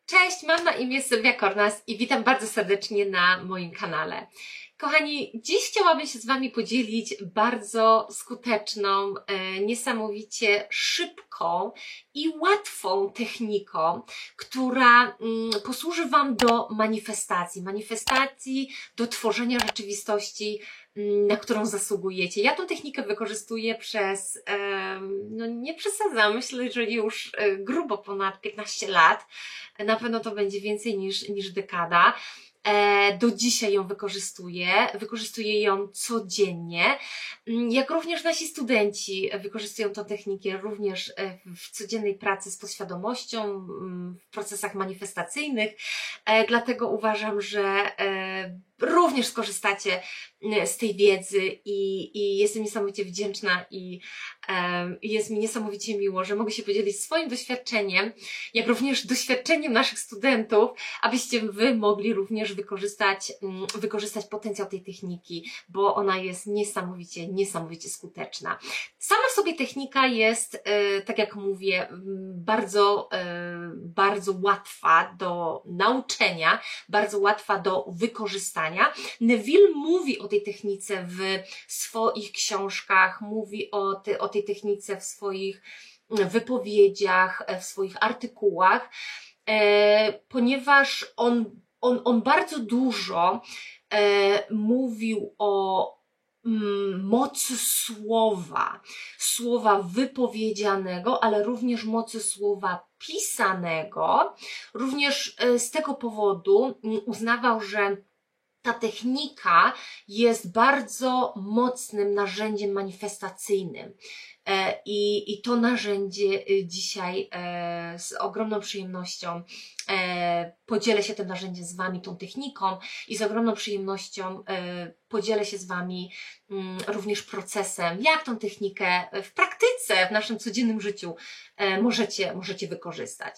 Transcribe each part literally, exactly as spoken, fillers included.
Cześć, mam na imię Sylwia Kornas i witam bardzo serdecznie na moim kanale. Kochani, dziś chciałabym się z Wami podzielić bardzo skuteczną, e, niesamowicie szybką i łatwą techniką, która mm, posłuży Wam do manifestacji, manifestacji, do tworzenia rzeczywistości, mm, na którą zasługujecie. Ja tą technikę wykorzystuję przez, e, no nie przesadzam, myślę, że już e, grubo ponad piętnaście lat. Na pewno to będzie więcej niż, niż dekada. Do dzisiaj ją wykorzystuję, wykorzystuję ją codziennie, jak również nasi studenci wykorzystują tę technikę również w codziennej pracy z podświadomością, w procesach manifestacyjnych, dlatego uważam, że również skorzystacie z tej wiedzy i, i jestem niesamowicie wdzięczna i, um, i jest mi niesamowicie miło, że mogę się podzielić swoim doświadczeniem, jak również doświadczeniem naszych studentów, abyście Wy mogli również wykorzystać, um, wykorzystać potencjał tej techniki, bo ona jest niesamowicie, niesamowicie skuteczna. Sama w sobie technika jest, e, tak jak mówię, bardzo, e, bardzo łatwa do nauczenia, bardzo łatwa do wykorzystania. Neville mówi o tej technice w swoich książkach, mówi o, ty, o tej technice w swoich wypowiedziach, w swoich artykułach, e, ponieważ on, on, on bardzo dużo e, mówił o mm, mocy słowa, słowa wypowiedzianego, ale również mocy słowa pisanego. Również e, z tego powodu uznawał, że ta technika jest bardzo mocnym narzędziem manifestacyjnym i, i to narzędzie dzisiaj z ogromną przyjemnością podzielę się tym narzędziem z Wami, tą techniką i z ogromną przyjemnością podzielę się z Wami również procesem, jak tą technikę w praktyce, w naszym codziennym życiu możecie, możecie wykorzystać.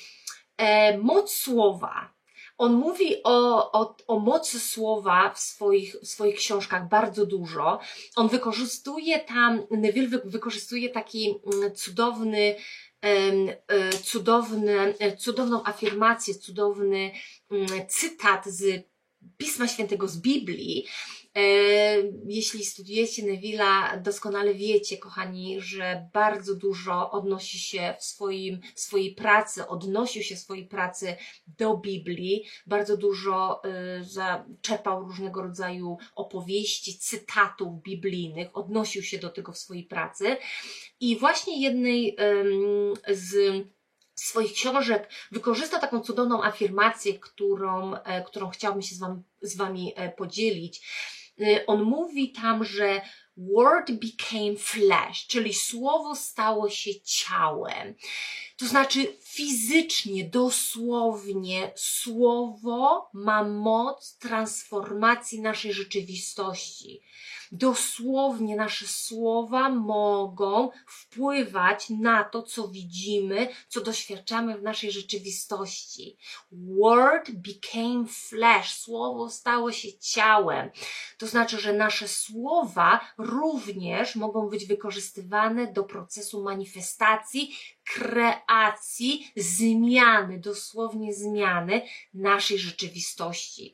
Moc słowa. On mówi o, o, o mocy słowa w swoich, w swoich książkach bardzo dużo. On wykorzystuje tam, Neville wykorzystuje taki cudowny, cudowny, cudowną afirmację, cudowny cytat z Pisma Świętego, z Biblii. Jeśli studiujecie Neville'a, doskonale wiecie, kochani, że bardzo dużo odnosi się w, swoim, w swojej pracy, odnosił się w swojej pracy do Biblii, bardzo dużo y, zaczerpał różnego rodzaju opowieści, cytatów biblijnych, odnosił się do tego w swojej pracy i właśnie jednej y, z swoich książek wykorzystał taką cudowną afirmację, którą, e, którą chciałabym się z wami, z wami e, podzielić. E, on mówi tam, że word became flesh, czyli słowo stało się ciałem. To znaczy fizycznie, dosłownie słowo ma moc transformacji naszej rzeczywistości. Dosłownie nasze słowa mogą wpływać na to, co widzimy, co doświadczamy w naszej rzeczywistości. Word became flesh. Słowo stało się ciałem. To znaczy, że nasze słowa również mogą być wykorzystywane do procesu manifestacji, kreacji, zmiany, dosłownie zmiany naszej rzeczywistości.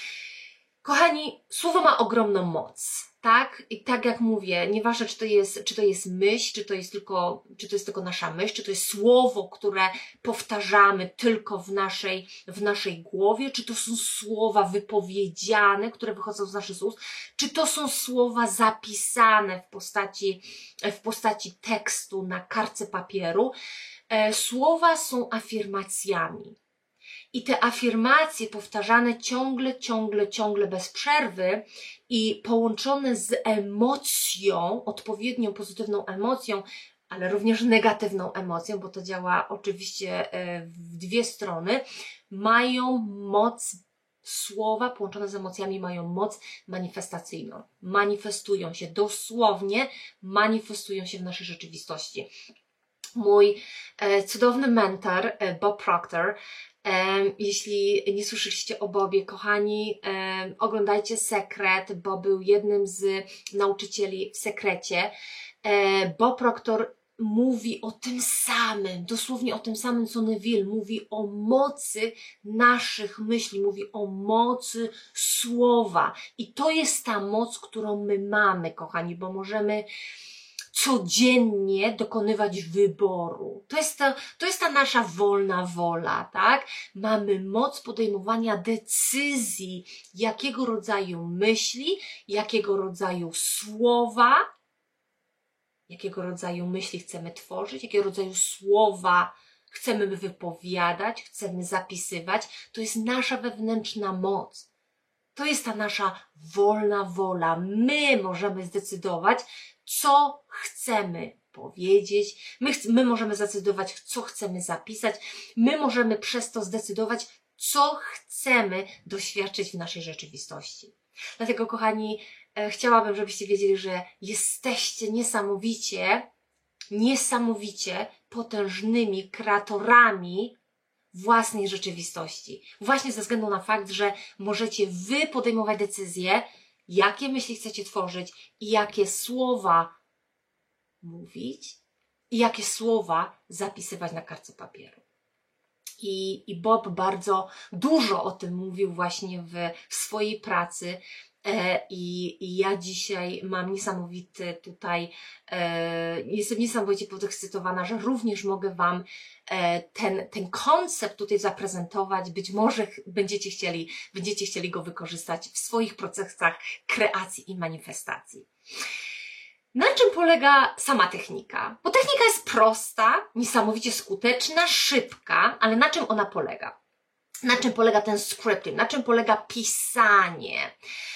Kochani, słowo ma ogromną moc, tak? I tak jak mówię, nieważne czy to jest, czy to jest myśl, czy to jest tylko, czy to jest tylko nasza myśl, czy to jest słowo, które powtarzamy tylko w naszej, w naszej głowie, czy to są słowa wypowiedziane, które wychodzą z naszych ust, czy to są słowa zapisane w postaci, w postaci tekstu na kartce papieru. Słowa są afirmacjami. I te afirmacje powtarzane ciągle, ciągle, ciągle bez przerwy i połączone z emocją, odpowiednią pozytywną emocją, ale również negatywną emocją, bo to działa oczywiście w dwie strony, mają moc, słowa połączone z emocjami mają moc manifestacyjną. Manifestują się, dosłownie manifestują się w naszej rzeczywistości. Mój e, cudowny mentor, e, Bob Proctor, jeśli nie słyszeliście o Bobie, kochani, oglądajcie Sekret, bo był jednym z nauczycieli w Sekrecie. Bob Proctor mówi o tym samym, dosłownie o tym samym, co Neville. Mówi o mocy naszych myśli, mówi o mocy słowa. I to jest ta moc, którą my mamy, kochani, bo możemy codziennie dokonywać wyboru. To jest, to, to jest ta nasza wolna wola, tak? Mamy moc podejmowania decyzji, jakiego rodzaju myśli, jakiego rodzaju słowa, jakiego rodzaju myśli chcemy tworzyć, jakiego rodzaju słowa chcemy wypowiadać, chcemy zapisywać. To jest nasza wewnętrzna moc. To jest ta nasza wolna wola. My możemy zdecydować, co chcemy powiedzieć. My, ch my możemy zdecydować, co chcemy zapisać. My możemy przez to zdecydować, co chcemy doświadczyć w naszej rzeczywistości. Dlatego, kochani, e, chciałabym, żebyście wiedzieli, że jesteście niesamowicie, niesamowicie potężnymi kreatorami własnej rzeczywistości. Właśnie ze względu na fakt, że możecie wy podejmować decyzje, jakie myśli chcecie tworzyć i jakie słowa mówić i jakie słowa zapisywać na kartce papieru. I, i Bob bardzo dużo o tym mówił właśnie w, w swojej pracy. E, i, I ja dzisiaj mam niesamowity tutaj, e, jestem niesamowicie podekscytowana, że również mogę Wam e, ten, ten koncept tutaj zaprezentować. Być może będziecie chcieli, będziecie chcieli go wykorzystać w swoich procesach kreacji i manifestacji. Na czym polega sama technika? Bo technika jest prosta, niesamowicie skuteczna, szybka, ale na czym ona polega? Na czym polega ten scripting? Na czym polega pisanie?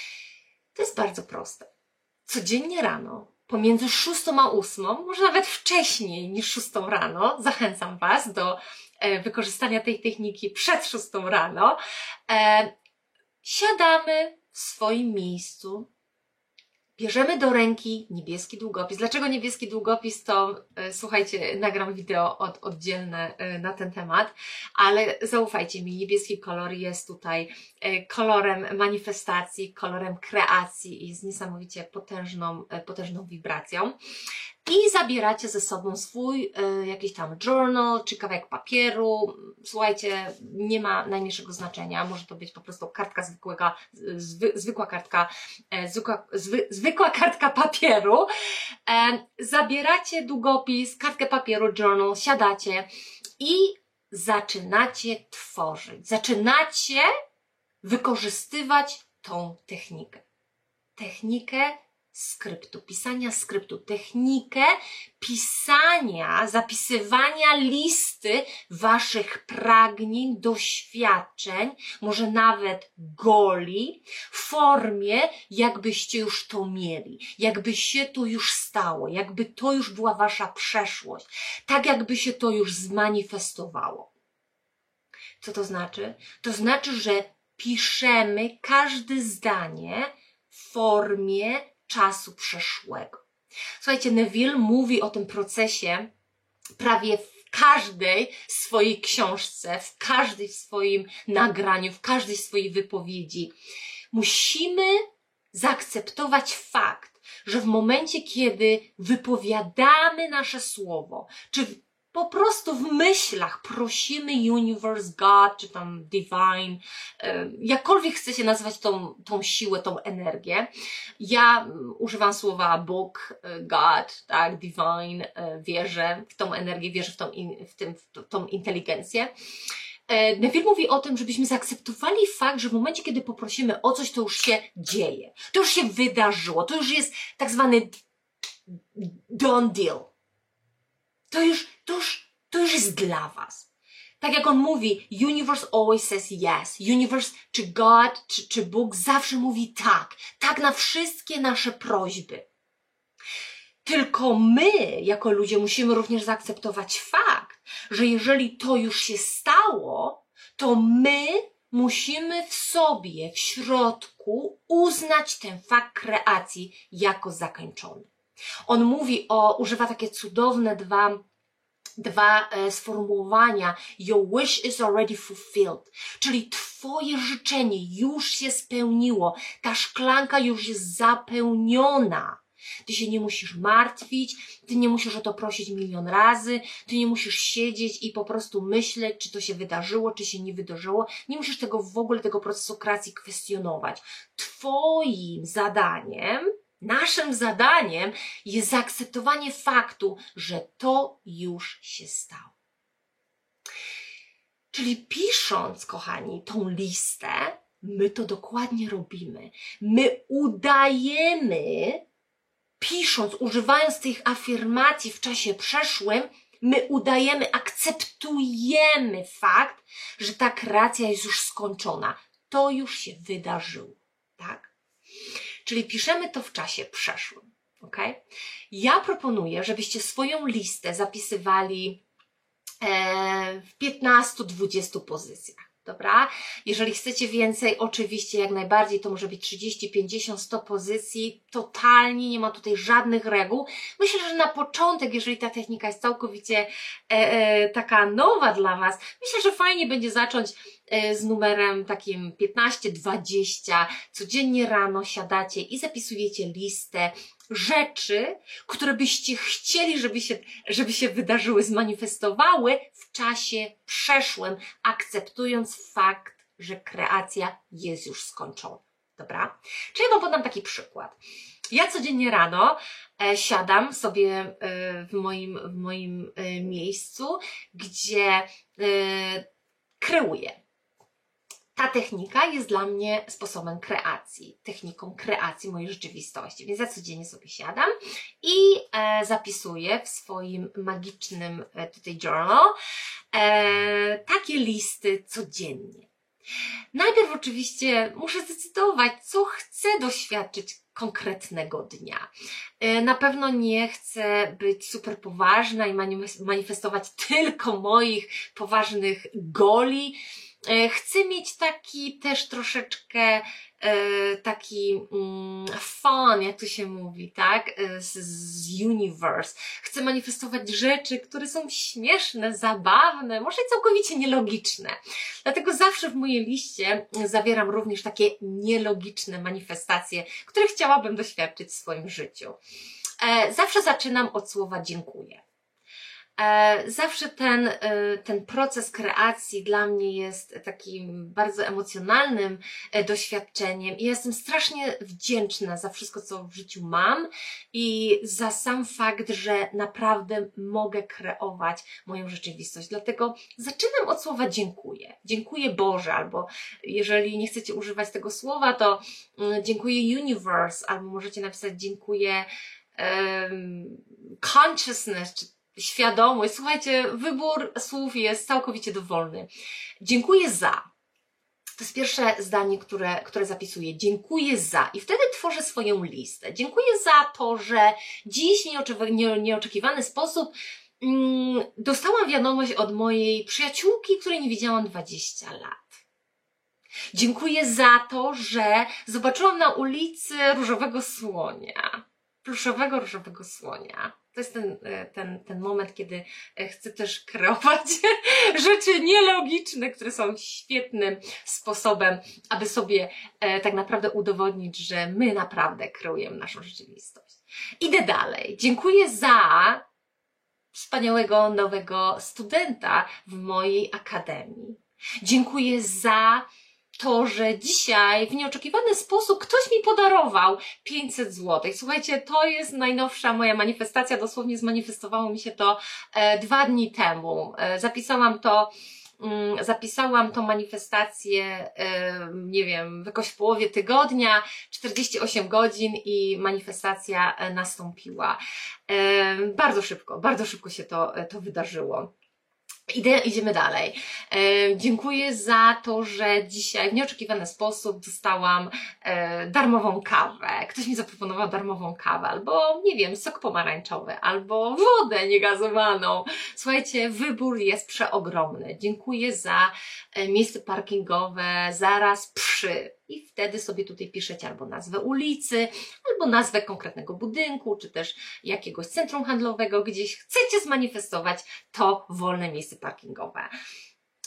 To jest bardzo proste. Codziennie rano, pomiędzy szóstą a ósmą, może nawet wcześniej niż szóstą rano, zachęcam Was do e, wykorzystania tej techniki przed szóstą rano, e, siadamy w swoim miejscu, bierzemy do ręki niebieski długopis. Dlaczego niebieski długopis? To e, słuchajcie, nagram wideo od, oddzielne e, na ten temat, ale zaufajcie mi, niebieski kolor jest tutaj e, kolorem manifestacji, kolorem kreacji i jest niesamowicie potężną, e, potężną wibracją. I zabieracie ze sobą swój e, jakiś tam journal, czy kawałek papieru. Słuchajcie, nie ma najmniejszego znaczenia. Może to być po prostu kartka zwykłego, zwy, zwykła kartka, e, zwykła, zwy, zwykła kartka papieru. E, zabieracie długopis, kartkę papieru, journal, siadacie i zaczynacie tworzyć. Zaczynacie wykorzystywać tą technikę. Technikę skryptu, pisania skryptu, technikę pisania, zapisywania listy waszych pragnień, doświadczeń, może nawet goli, w formie, jakbyście już to mieli, jakby się to już stało, jakby to już była wasza przeszłość, tak jakby się to już zmanifestowało. Co to znaczy? To znaczy, że piszemy każde zdanie w formie czasu przeszłego. Słuchajcie, Neville mówi o tym procesie prawie w każdej swojej książce, w każdej swoim nagraniu, w każdej swojej wypowiedzi. Musimy zaakceptować fakt, że w momencie, kiedy wypowiadamy nasze słowo, czy po prostu w myślach prosimy Universe, God, czy tam Divine, jakkolwiek chcecie nazwać tą, tą siłę, tą energię. Ja używam słowa Bóg, God, tak, Divine, wierzę w tą energię, wierzę w tą, w tym, w tą inteligencję. Neville mówi o tym, żebyśmy zaakceptowali fakt, że w momencie, kiedy poprosimy o coś, to już się dzieje. To już się wydarzyło. To już jest tak zwany done deal. To już, to już, to już jest dla was. Tak jak on mówi, universe always says yes. Universe, czy God, czy, czy Bóg zawsze mówi tak. Tak na wszystkie nasze prośby. Tylko my, jako ludzie, musimy również zaakceptować fakt, że jeżeli to już się stało, to my musimy w sobie, w środku uznać ten fakt kreacji jako zakończony. On mówi o, używa takie cudowne dwa, dwa e, sformułowania. Your wish is already fulfilled. Czyli twoje życzenie już się spełniło. Ta szklanka już jest zapełniona. Ty się nie musisz martwić, ty nie musisz o to prosić milion razy, ty nie musisz siedzieć i po prostu myśleć, czy to się wydarzyło, czy się nie wydarzyło. Nie musisz tego w ogóle, tego procesu kreacji kwestionować. Twoim zadaniem, naszym zadaniem jest zaakceptowanie faktu, że to już się stało. Czyli pisząc, kochani, tą listę, my to dokładnie robimy. My udajemy, pisząc, używając tych afirmacji w czasie przeszłym, my udajemy, akceptujemy fakt, że ta kreacja jest już skończona. To już się wydarzyło, tak? Czyli piszemy to w czasie przeszłym, ok? Ja proponuję, żebyście swoją listę zapisywali w piętnastu do dwudziestu pozycjach, dobra? Jeżeli chcecie więcej, oczywiście jak najbardziej, to może być trzydzieści, pięćdziesiąt, sto pozycji, totalnie nie ma tutaj żadnych reguł. Myślę, że na początek, jeżeli ta technika jest całkowicie e, e, taka nowa dla Was, myślę, że fajnie będzie zacząć e, z numerem takim piętnaście, dwadzieścia, codziennie rano siadacie i zapisujecie listę rzeczy, które byście chcieli, żeby się, żeby się wydarzyły, zmanifestowały w czasie przeszłym, akceptując fakt, że kreacja jest już skończona. Dobra? Czyli ja Wam podam taki przykład. Ja codziennie rano e, siadam sobie e, w moim, w moim e, miejscu, gdzie e, kreuję. Ta technika jest dla mnie sposobem kreacji, techniką kreacji mojej rzeczywistości, więc ja codziennie sobie siadam i e, zapisuję w swoim magicznym e, tutaj journal e, takie listy codziennie. Najpierw oczywiście muszę zdecydować, co chcę doświadczyć konkretnego dnia. E, na pewno nie chcę być super poważna i manifestować tylko moich poważnych goli. Chcę mieć taki też troszeczkę e, taki mm, fun, jak to się mówi, tak, z, z universe. Chcę manifestować rzeczy, które są śmieszne, zabawne, może całkowicie nielogiczne. Dlatego zawsze w mojej liście zawieram również takie nielogiczne manifestacje, które chciałabym doświadczyć w swoim życiu. E, zawsze zaczynam od słowa dziękuję. Zawsze ten, ten proces kreacji dla mnie jest takim bardzo emocjonalnym doświadczeniem i jestem strasznie wdzięczna za wszystko, co w życiu mam i za sam fakt, że naprawdę mogę kreować moją rzeczywistość. Dlatego zaczynam od słowa dziękuję. Dziękuję Boże, albo jeżeli nie chcecie używać tego słowa, to dziękuję universe, albo możecie napisać dziękuję um, consciousness, czy świadomość. Słuchajcie, wybór słów jest całkowicie dowolny. Dziękuję za. To jest pierwsze zdanie, które, które zapisuję. Dziękuję za. I wtedy tworzę swoją listę. Dziękuję za to, że dziś w nieoczekiwany sposób mm, dostałam wiadomość od mojej przyjaciółki, której nie widziałam dwadzieścia lat. Dziękuję za to, że zobaczyłam na ulicy różowego słonia. Pluszowego różowego słonia. To jest ten, ten, ten moment, kiedy chcę też kreować rzeczy nielogiczne, które są świetnym sposobem, aby sobie e, tak naprawdę udowodnić, że my naprawdę kreujemy naszą rzeczywistość. Idę dalej. Dziękuję za wspaniałego nowego studenta w mojej akademii. Dziękuję za to, że dzisiaj w nieoczekiwany sposób ktoś mi podarował pięćset złotych. Słuchajcie, to jest najnowsza moja manifestacja, dosłownie zmanifestowało mi się to e, dwa dni temu. E, zapisałam to, mm, zapisałam tą manifestację, e, nie wiem, jakoś w połowie tygodnia, czterdzieści osiem godzin i manifestacja e, nastąpiła. E, bardzo szybko, bardzo szybko się to, to wydarzyło. Idę, idziemy dalej. E, dziękuję za to, że dzisiaj w nieoczekiwany sposób dostałam e, darmową kawę. Ktoś mi zaproponował darmową kawę, albo nie wiem, sok pomarańczowy, albo wodę niegazowaną. Słuchajcie, wybór jest przeogromny. Dziękuję za e, miejsce parkingowe zaraz przy. I wtedy sobie tutaj piszecie albo nazwę ulicy, albo nazwę konkretnego budynku, czy też jakiegoś centrum handlowego, gdzieś chcecie zmanifestować to wolne miejsce parkingowe.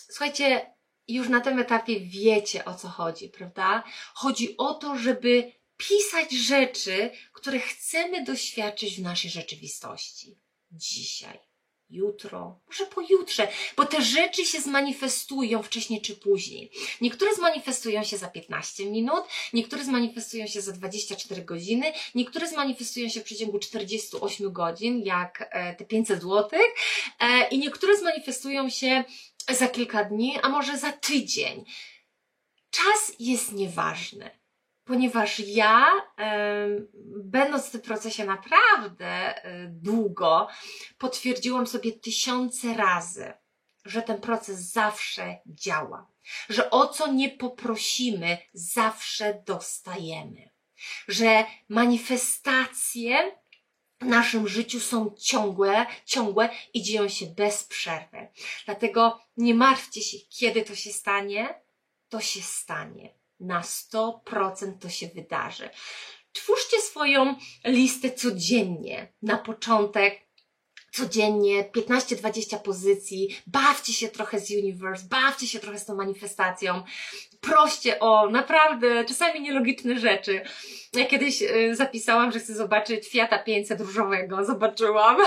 Słuchajcie, już na tym etapie wiecie, o co chodzi, prawda? Chodzi o to, żeby pisać rzeczy, które chcemy doświadczyć w naszej rzeczywistości. Dzisiaj, jutro, może pojutrze, bo te rzeczy się zmanifestują wcześniej czy później. Niektóre zmanifestują się za piętnaście minut, niektóre zmanifestują się za dwadzieścia cztery godziny, niektóre zmanifestują się w przeciągu czterdziestu ośmiu godzin, jak e, te pięćset złotych, e, i niektóre zmanifestują się za kilka dni, a może za tydzień. Czas jest nieważny. Ponieważ ja, będąc w tym procesie naprawdę długo, potwierdziłam sobie tysiące razy, że ten proces zawsze działa. Że o co nie poprosimy, zawsze dostajemy. Że manifestacje w naszym życiu są ciągłe, ciągłe i dzieją się bez przerwy. Dlatego nie martwcie się, kiedy to się stanie, to się stanie. Na sto procent to się wydarzy. Twórzcie swoją listę codziennie. Na początek codziennie piętnaście dwadzieścia pozycji. Bawcie się trochę z Universe, bawcie się trochę z tą manifestacją. Proście o naprawdę czasami nielogiczne rzeczy. Ja kiedyś y, zapisałam, że chcę zobaczyć Fiata pięćset różowego. Zobaczyłam.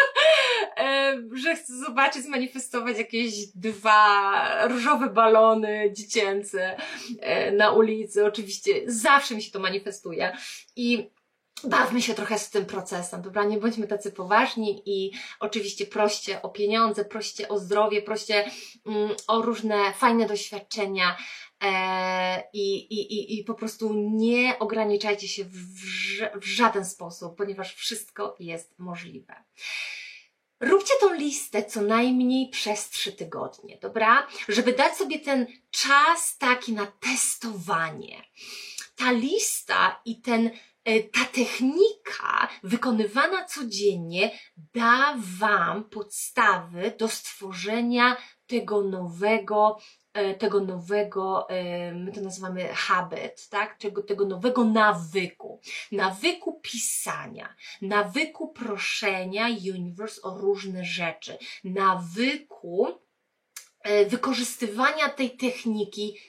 Że chcę zobaczyć, zmanifestować jakieś dwa różowe balony dziecięce na ulicy. Oczywiście zawsze mi się to manifestuje i bawmy się trochę z tym procesem, dobra? Nie bądźmy tacy poważni i oczywiście proście o pieniądze, proście o zdrowie, proście mm, o różne fajne doświadczenia. I, i, i, i po prostu nie ograniczajcie się w, w żaden sposób, ponieważ wszystko jest możliwe. Róbcie tą listę co najmniej przez trzy tygodnie, dobra? Żeby dać sobie ten czas taki na testowanie. Ta lista i ten, ta technika wykonywana codziennie da Wam podstawy do stworzenia tego nowego tego nowego, my to nazywamy habit, tak? Tego, tego nowego nawyku. Nawyku pisania, nawyku proszenia Universe o różne rzeczy, nawyku wykorzystywania tej techniki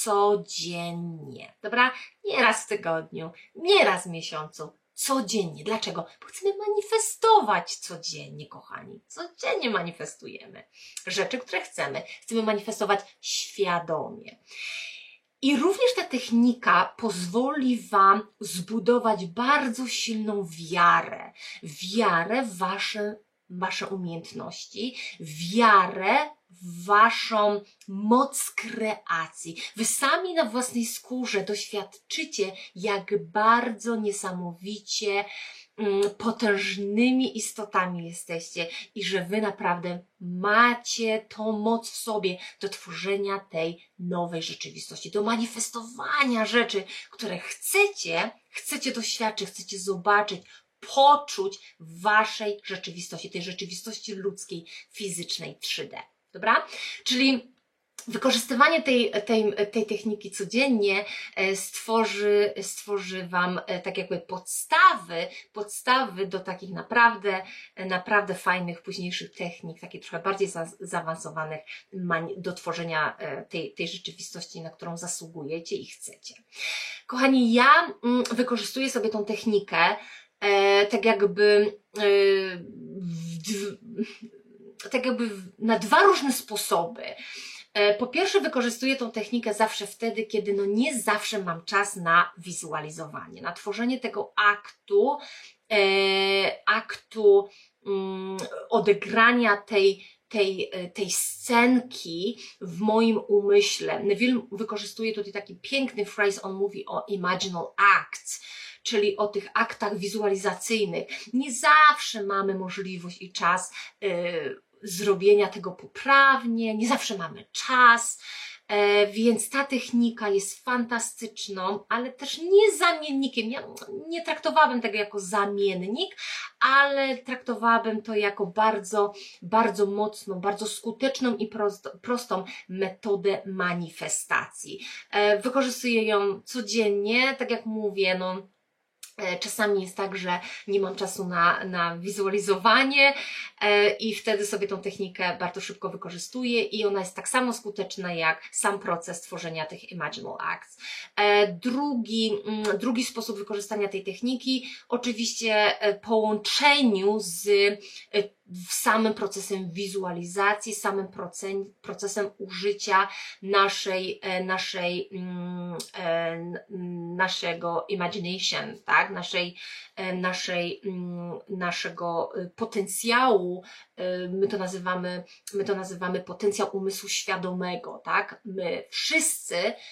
codziennie, dobra? Nie raz w tygodniu, nie raz w miesiącu, codziennie. Dlaczego? Bo chcemy manifestować codziennie, kochani. Codziennie manifestujemy rzeczy, które chcemy. Chcemy manifestować świadomie. I również ta technika pozwoli Wam zbudować bardzo silną wiarę. Wiarę w Wasze, wasze umiejętności, wiarę w Waszą moc kreacji. Wy sami na własnej skórze doświadczycie, jak bardzo niesamowicie mm, potężnymi istotami jesteście i że Wy naprawdę macie tą moc w sobie do tworzenia tej nowej rzeczywistości, do manifestowania rzeczy, które chcecie, chcecie doświadczyć, chcecie zobaczyć, poczuć w Waszej rzeczywistości, tej rzeczywistości ludzkiej, fizycznej, trzy D. Dobra? Czyli wykorzystywanie tej, tej, tej techniki codziennie stworzy, stworzy Wam tak jakby podstawy, podstawy do takich naprawdę, naprawdę fajnych, późniejszych technik, takich trochę bardziej za, zaawansowanych do tworzenia tej, tej rzeczywistości, na którą zasługujecie i chcecie. Kochani, ja wykorzystuję sobie tą technikę tak jakby w, tak jakby na dwa różne sposoby. Po pierwsze, wykorzystuję tą technikę zawsze wtedy, kiedy no nie zawsze mam czas na wizualizowanie, na tworzenie tego aktu, e, aktu mm, odegrania tej, tej, tej scenki w moim umyśle. Neville wykorzystuje tutaj taki piękny phrase, on mówi o imaginal acts, czyli o tych aktach wizualizacyjnych. Nie zawsze mamy możliwość i czas yy, zrobienia tego poprawnie, nie zawsze mamy czas, e, więc ta technika jest fantastyczną, ale też nie zamiennikiem. Ja nie traktowałabym tego jako zamiennik, ale traktowałabym to jako bardzo, bardzo mocną, bardzo skuteczną i prosto, prostą metodę manifestacji. E, wykorzystuję ją codziennie, tak jak mówię, no Czasami jest tak, że nie mam czasu na, na wizualizowanie e, i wtedy sobie tą technikę bardzo szybko wykorzystuję i ona jest tak samo skuteczna jak sam proces tworzenia tych Imaginal Acts. E, drugi, mm, drugi sposób wykorzystania tej techniki, oczywiście e, połączeniu z e, w samym procesem wizualizacji, samym procesem, procesem użycia naszej, e, naszej, mm, e, naszego imagination, tak? Naszej, e, naszej, mm, naszego potencjału, e, my to nazywamy, my to nazywamy potencjał umysłu świadomego, tak? My wszyscy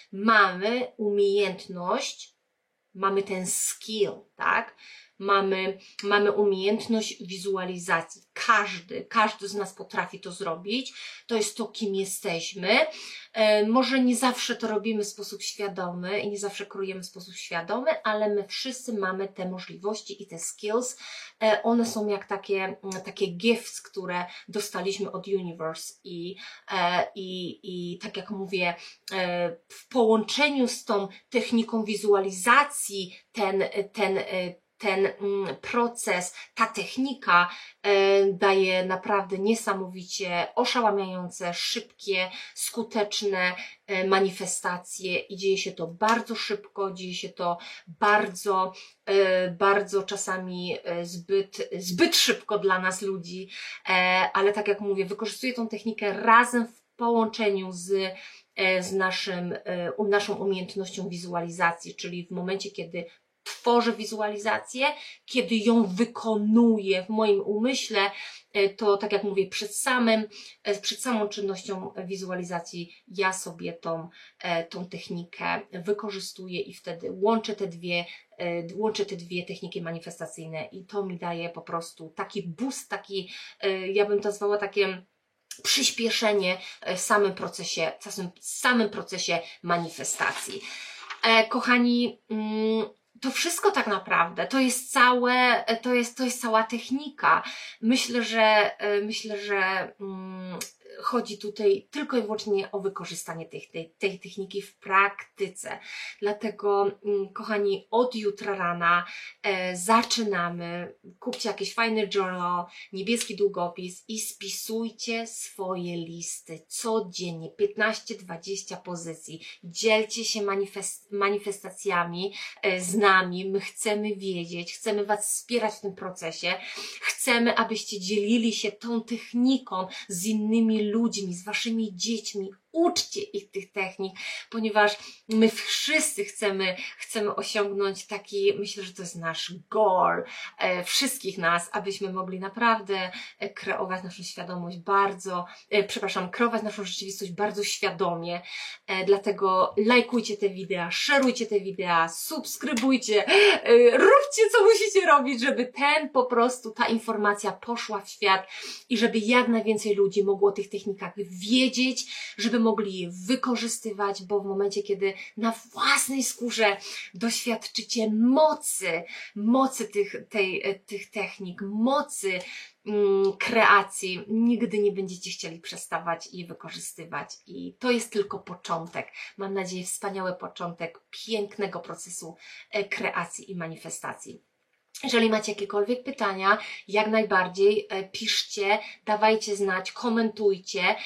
mamy umiejętność, mamy ten skill, tak? Mamy, mamy umiejętność wizualizacji. Każdy, każdy z nas potrafi to zrobić. To jest to, kim jesteśmy. E, może nie zawsze to robimy w sposób świadomy i nie zawsze krojemy w sposób świadomy, ale my wszyscy mamy te możliwości i te skills. E, one są jak takie, takie gifts, które dostaliśmy od Universe i, e, i, i tak jak mówię, e, w połączeniu z tą techniką wizualizacji ten, ten, ten proces, ta technika e, daje naprawdę niesamowicie oszałamiające, szybkie, skuteczne e, manifestacje i dzieje się to bardzo szybko, dzieje się to bardzo, e, bardzo czasami e, zbyt, zbyt szybko dla nas ludzi, e, ale tak jak mówię, wykorzystuję tą technikę razem w połączeniu z z naszym, naszą umiejętnością wizualizacji, czyli w momencie, kiedy tworzę wizualizację, kiedy ją wykonuję w moim umyśle, to tak jak mówię, przed samym, przed samą czynnością wizualizacji ja sobie tą, tą technikę wykorzystuję i wtedy łączę te dwie, łączę te dwie techniki manifestacyjne i to mi daje po prostu taki boost, taki, ja bym to nazwała takie przyspieszenie w samym procesie, w samym, samym procesie manifestacji. E, kochani, mm, to wszystko tak naprawdę, to jest całe, to jest, to jest cała technika. Myślę, że, myślę, że mm, chodzi tutaj tylko i wyłącznie o wykorzystanie tej, tej, tej techniki w praktyce. Dlatego, mm, kochani, od jutra rana e, zaczynamy. Kupcie jakiś fajny journal, niebieski długopis i spisujcie swoje listy codziennie, piętnaście dwadzieścia pozycji. Dzielcie się manifest, manifestacjami e, z nami. My chcemy wiedzieć, chcemy Was wspierać w tym procesie. Chcemy, abyście dzielili się tą techniką z innymi ludźmi, z Waszymi dziećmi. Uczcie ich tych technik, ponieważ my wszyscy chcemy, chcemy osiągnąć taki, myślę, że to jest nasz goal e, wszystkich nas, abyśmy mogli naprawdę e, kreować naszą świadomość bardzo, e, przepraszam, kreować naszą rzeczywistość bardzo świadomie. E, dlatego lajkujcie te wideo, szerujcie te wideo, subskrybujcie, e, róbcie co musicie robić, żeby ten po prostu, ta informacja poszła w świat i żeby jak najwięcej ludzi mogło o tych technikach wiedzieć, żeby mogli je wykorzystywać, bo w momencie, kiedy na własnej skórze doświadczycie mocy, mocy tych, tej, tych technik, mocy mm, kreacji, nigdy nie będziecie chcieli przestawać je wykorzystywać i to jest tylko początek. Mam nadzieję, wspaniały początek pięknego procesu kreacji i manifestacji. Jeżeli macie jakiekolwiek pytania, jak najbardziej e, piszcie, dawajcie znać, komentujcie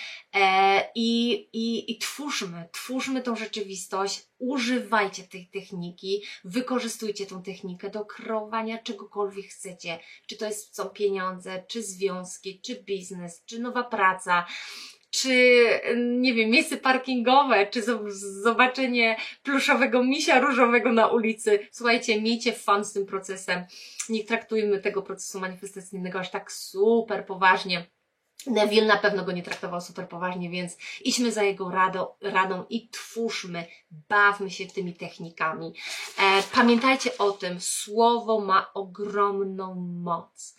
e, i, i, i twórzmy, twórzmy tą rzeczywistość, używajcie tej techniki, wykorzystujcie tą technikę do kreowania czegokolwiek chcecie, czy to jest, są pieniądze, czy związki, czy biznes, czy nowa praca, czy, nie wiem, miejsce parkingowe, czy zobaczenie pluszowego misia różowego na ulicy. Słuchajcie, miejcie fun z tym procesem. Nie traktujmy tego procesu manifestacyjnego aż tak super poważnie. Neville na pewno go nie traktował super poważnie, więc idźmy za jego radą, radą i twórzmy, bawmy się tymi technikami. E, pamiętajcie o tym, słowo ma ogromną moc.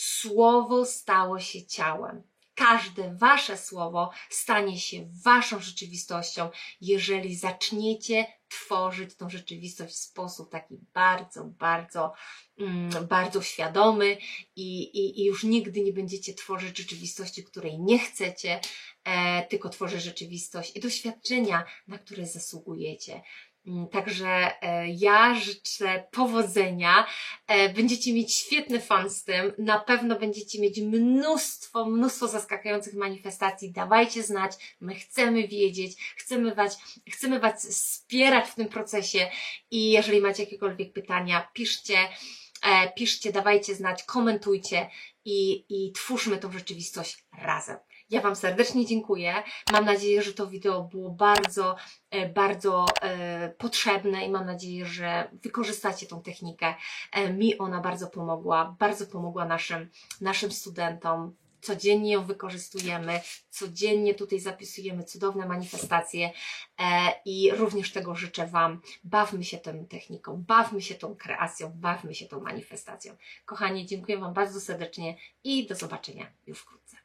Słowo stało się ciałem. Każde Wasze słowo stanie się Waszą rzeczywistością, jeżeli zaczniecie tworzyć tą rzeczywistość w sposób taki bardzo, bardzo, mm, bardzo świadomy i, i, i już nigdy nie będziecie tworzyć rzeczywistości, której nie chcecie, e, tylko tworzyć rzeczywistość i doświadczenia, na które zasługujecie. Także ja życzę powodzenia, będziecie mieć świetny fan z tym, na pewno będziecie mieć mnóstwo, mnóstwo zaskakujących manifestacji, dawajcie znać, my chcemy wiedzieć, chcemy was, chcemy was wspierać w tym procesie i jeżeli macie jakiekolwiek pytania, piszcie, piszcie, dawajcie znać, komentujcie i, i twórzmy tą rzeczywistość razem. Ja Wam serdecznie dziękuję. Mam nadzieję, że to wideo było bardzo, bardzo e, potrzebne i mam nadzieję, że wykorzystacie tą technikę. E, mi ona bardzo pomogła, bardzo pomogła naszym, naszym studentom. Codziennie ją wykorzystujemy, codziennie tutaj zapisujemy cudowne manifestacje e, i również tego życzę Wam. Bawmy się tą techniką, bawmy się tą kreacją, bawmy się tą manifestacją. Kochani, dziękuję Wam bardzo serdecznie i do zobaczenia już wkrótce.